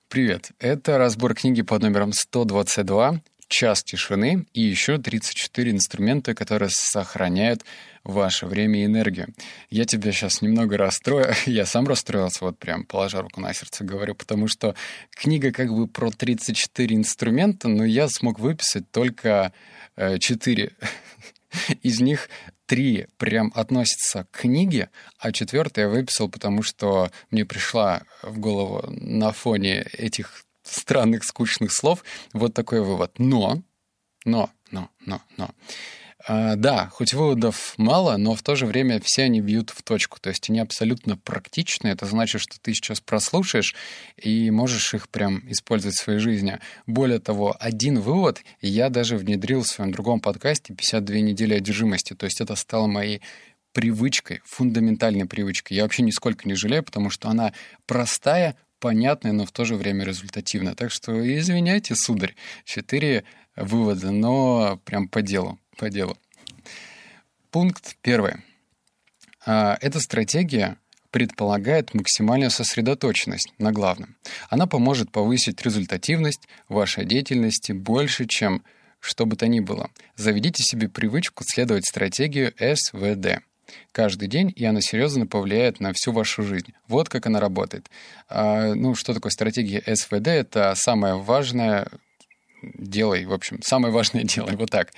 Привет, это разбор книги под номером 122 «Час тишины» и еще 34 инструмента, которые сохраняют ваше время и энергию. Я тебя сейчас немного расстрою, я сам расстроился, вот прям положа руку на сердце говорю, потому что книга как бы про 34 инструмента, но я смог выписать только 4. Из них 3 прям относятся к книге, а 4 я выписал, потому что мне пришла в голову на фоне этих странных, скучных слов вот такой вывод. Но. Да, хоть выводов мало, но в то же время все они бьют в точку. То есть они абсолютно практичны. Это значит, что ты сейчас прослушаешь и можешь их прям использовать в своей жизни. Более того, один вывод я даже внедрил в своем другом подкасте «52 недели одержимости». То есть это стало моей привычкой, фундаментальной привычкой. Я вообще нисколько не жалею, потому что она простая, понятная, но в то же время результативная. Так что извиняйте, сударь, 4 вывода, но прям по делу. Пункт 1. Эта стратегия предполагает максимальную сосредоточенность на главном. Она поможет повысить результативность вашей деятельности больше, чем что бы то ни было. Заведите себе привычку следовать стратегии СВД каждый день, и она серьезно повлияет на всю вашу жизнь. Вот как она работает. Что такое стратегия СВД? Это самое важное делай, в общем, самое важное делай, вот так.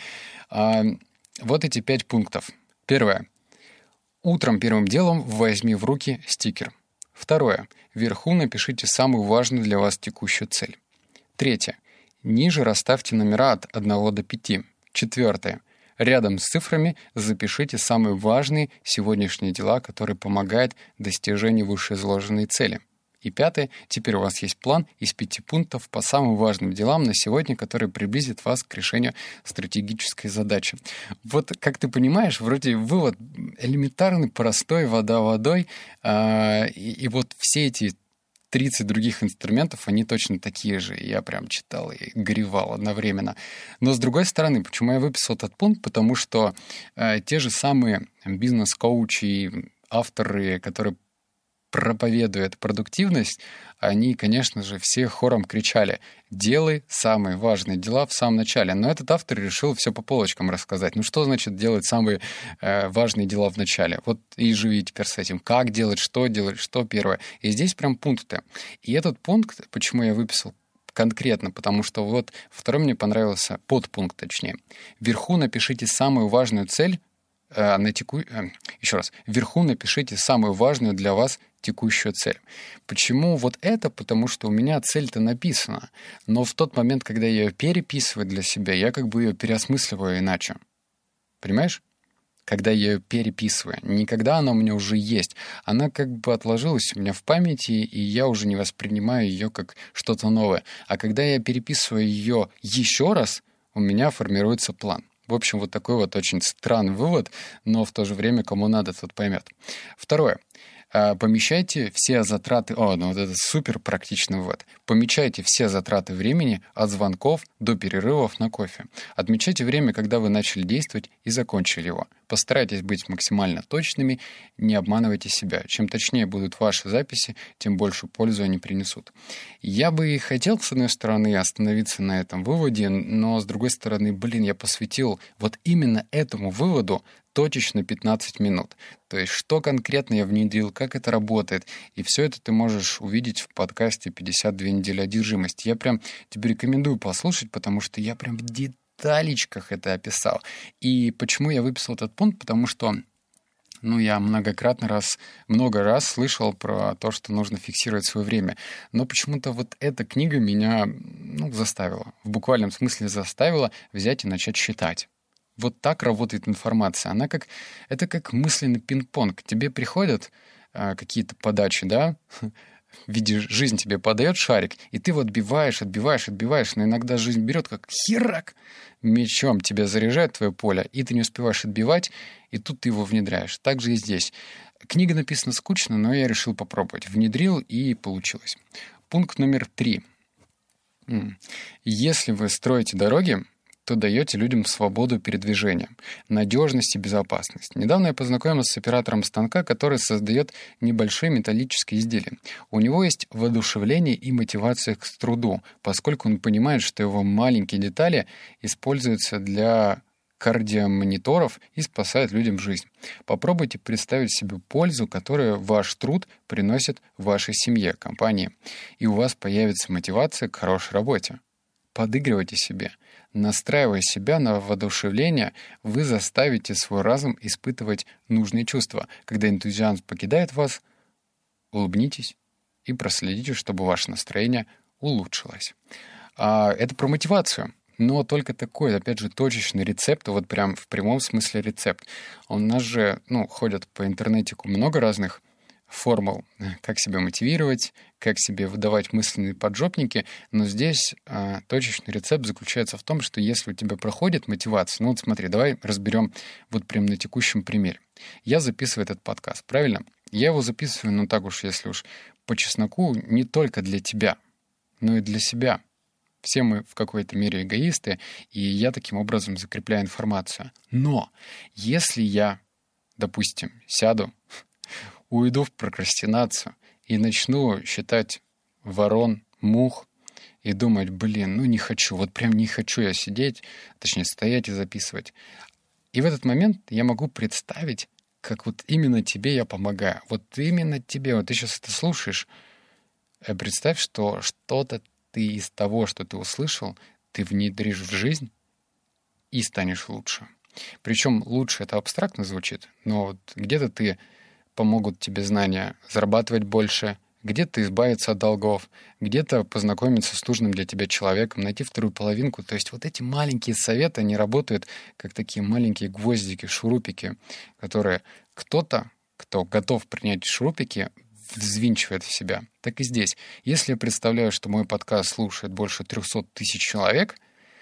Вот эти 5 пунктов. 1. Утром первым делом возьми в руки стикер. 2. Вверху напишите самую важную для вас текущую цель. 3. Ниже расставьте номера от 1 до 5. 4. Рядом с цифрами запишите самые важные сегодняшние дела, которые помогают достижению вышеизложенной цели. И 5. Теперь у вас есть план из 5 пунктов по самым важным делам на сегодня, который приблизит вас к решению стратегической задачи. Вот, как ты понимаешь, вроде вывод элементарный, простой, вода водой. И вот все эти 30 других инструментов, они точно такие же. Я прям читал и горевал одновременно. Но с другой стороны, почему я выписал этот пункт? Потому что те же самые бизнес-коучи, авторы, которые проповедует продуктивность, они, конечно же, все хором кричали: «Делай самые важные дела в самом начале». Но этот автор решил все по полочкам рассказать. Что значит делать самые важные дела в начале? Вот и живи теперь с этим. Как делать, что первое. И здесь прям пункты. И этот пункт, почему я выписал конкретно, потому что вот второй мне понравился, подпункт точнее. Вверху напишите самую важную цель, еще раз. Вверху напишите самую важную для вас текущую цель. Почему вот это? Потому что у меня цель-то написана, но в тот момент, когда я ее переписываю для себя, я как бы ее переосмысливаю иначе. Понимаешь? Когда я ее переписываю. Не когда она у меня уже есть. Она как бы отложилась у меня в памяти, и я уже не воспринимаю ее как что-то новое. А когда я переписываю ее еще раз, у меня формируется план. В общем, вот такой вот очень странный вывод, но в то же время кому надо, тот поймет. 2. Помещайте все затраты... вот это супер практичный вывод. Помечайте все затраты времени от звонков до перерывов на кофе. Отмечайте время, когда вы начали действовать и закончили его. Постарайтесь быть максимально точными, не обманывайте себя. Чем точнее будут ваши записи, тем больше пользу они принесут. Я бы и хотел, с одной стороны, остановиться на этом выводе, но с другой стороны, я посвятил вот именно этому выводу точечно 15 минут. То есть, что конкретно я внедрил, как это работает. И все это ты можешь увидеть в подкасте «52 недели одержимости». Я прям тебе рекомендую послушать, потому что я прям в деталечках это описал. И почему я выписал этот пункт? Потому что я много раз слышал про то, что нужно фиксировать свое время. Но почему-то вот эта книга меня заставила, в буквальном смысле заставила взять и начать считать. Вот так работает информация. Это как мысленный пинг-понг. Тебе приходят какие-то подачи, да? В виде жизнь тебе подает шарик, и ты его отбиваешь, но иногда жизнь берет как херак, мечом тебя заряжает твое поле, и ты не успеваешь отбивать, и тут ты его внедряешь. Так же и здесь. Книга написана скучно, но я решил попробовать. Внедрил, и получилось. Пункт номер 3. Если вы строите дороги, то даете людям свободу передвижения, надежность и безопасность. Недавно я познакомился с оператором станка, который создает небольшие металлические изделия. У него есть воодушевление и мотивация к труду, поскольку он понимает, что его маленькие детали используются для кардиомониторов и спасают людям жизнь. Попробуйте представить себе пользу, которую ваш труд приносит вашей семье, компании, и у вас появится мотивация к хорошей работе. Подыгрывайте себе. Настраивая себя на воодушевление, вы заставите свой разум испытывать нужные чувства. Когда энтузиазм покидает вас, улыбнитесь и проследите, чтобы ваше настроение улучшилось. Это про мотивацию. Но только такой, опять же, точечный рецепт, вот прям в прямом смысле рецепт. У нас же, ходят по интернетику много разных формул, как себя мотивировать, как себе выдавать мысленные поджопники, но здесь точечный рецепт заключается в том, что если у тебя проходит мотивация, вот смотри, давай разберем вот прям на текущем примере. Я записываю этот подкаст, правильно? Я его записываю, так уж, если уж по чесноку, не только для тебя, но и для себя. Все мы в какой-то мере эгоисты, и я таким образом закрепляю информацию. Но если я, допустим, сяду, уйду в прокрастинацию и начну считать ворон, мух и думать, не хочу, вот прям не хочу я сидеть, точнее стоять и записывать. И в этот момент я могу представить, как вот именно тебе я помогаю. Вот именно тебе, вот ты сейчас это слушаешь, представь, что что-то ты из того, что ты услышал, ты внедришь в жизнь и станешь лучше. Причем лучше это абстрактно звучит, но вот где-то помогут тебе знания зарабатывать больше, где-то избавиться от долгов, где-то познакомиться с нужным для тебя человеком, найти вторую половинку. То есть вот эти маленькие советы, они работают как такие маленькие гвоздики, шурупики, которые кто-то, кто готов принять шурупики, взвинчивает в себя. Так и здесь. Если я представляю, что мой подкаст слушает больше 300 тысяч человек,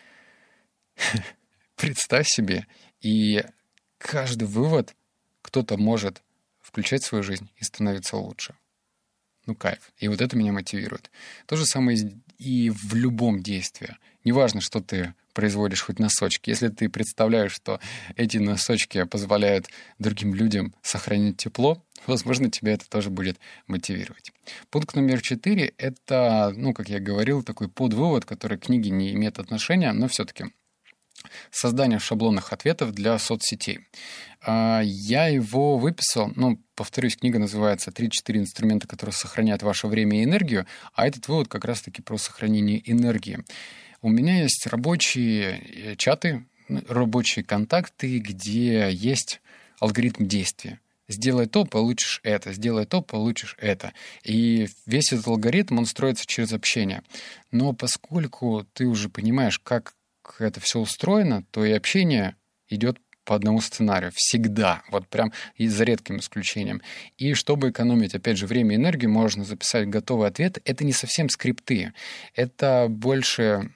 представь себе, и каждый вывод кто-то может включать в свою жизнь и становиться лучше. Кайф. И вот это меня мотивирует. То же самое и в любом действии. Неважно, что ты производишь, хоть носочки. Если ты представляешь, что эти носочки позволяют другим людям сохранить тепло, возможно, тебя это тоже будет мотивировать. Пункт номер 4 — это, как я говорил, такой подвывод, который к книге не имеет отношения, но все-таки создание шаблонных ответов для соцсетей. Я его выписал, повторюсь, книга называется «3-4 инструмента, которые сохраняют ваше время и энергию», а этот вывод как раз-таки про сохранение энергии. У меня есть рабочие чаты, рабочие контакты, где есть алгоритм действия. Сделай то, получишь это, сделай то, получишь это. И весь этот алгоритм, он строится через общение. Но поскольку ты уже понимаешь, как это все устроено, то и общение идет по одному сценарию. Всегда. Вот прям и за редким исключением. И чтобы экономить, опять же, время и энергию, можно записать готовый ответ. Это не совсем скрипты. Это больше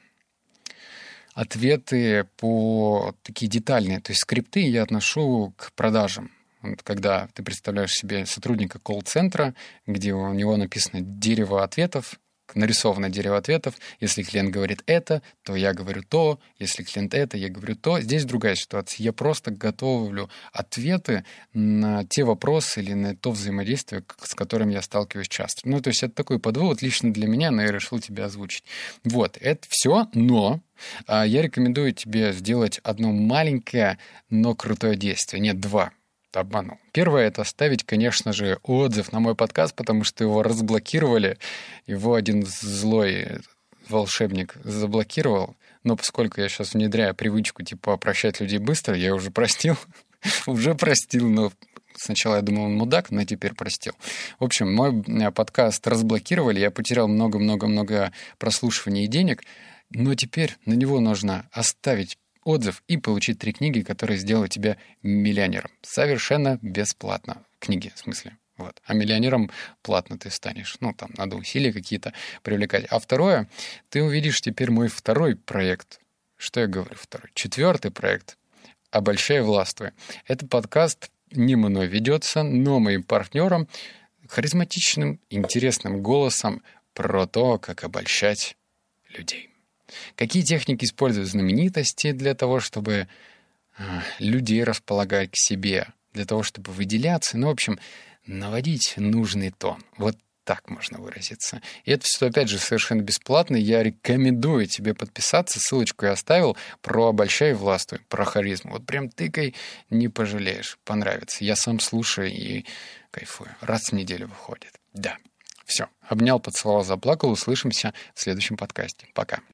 ответы по такие детальные. То есть скрипты я отношу к продажам. Вот когда ты представляешь себе сотрудника колл-центра, где у него написано дерево ответов, нарисовано дерево ответов. Если клиент говорит это, то я говорю то. Если клиент это, я говорю то. Здесь другая ситуация. Я просто готовлю ответы на те вопросы или на то взаимодействие, с которым я сталкиваюсь часто. То есть это такой подвод лично для меня, но я решил тебе озвучить. Вот, это все, но я рекомендую тебе сделать одно маленькое, но крутое действие. Нет, два. Обманул. Первое — это оставить, конечно же, отзыв на мой подкаст, потому что его разблокировали. Его один злой волшебник заблокировал. Но поскольку я сейчас внедряю привычку прощать людей быстро, я уже простил. Но сначала я думал, он мудак, но теперь простил. В общем, мой подкаст разблокировали, я потерял много-много-много прослушиваний и денег, но теперь на него нужно оставить отзыв и получить 3 книги, которые сделают тебя миллионером. Совершенно бесплатно. Книги, в смысле. Вот. А миллионером платно ты станешь. Надо усилия какие-то привлекать. А второе, ты увидишь теперь мой второй проект. Что я говорю второй? 4-й проект «Обольщай, властвуй». Это подкаст не мной ведется, но моим партнером, харизматичным, интересным голосом про то, как обольщать людей. Какие техники используют знаменитости для того, чтобы людей располагать к себе, для того, чтобы выделяться, ну, в общем, наводить нужный тон. Вот так можно выразиться. И это все, опять же, совершенно бесплатно. Я рекомендую тебе подписаться. Ссылочку я оставил. Про «Обольщай и властвуй», про харизму. Вот прям тыкай, не пожалеешь. Понравится. Я сам слушаю и кайфую. Раз в неделю выходит. Да. Все. Обнял, поцеловал, заплакал. Услышимся в следующем подкасте. Пока.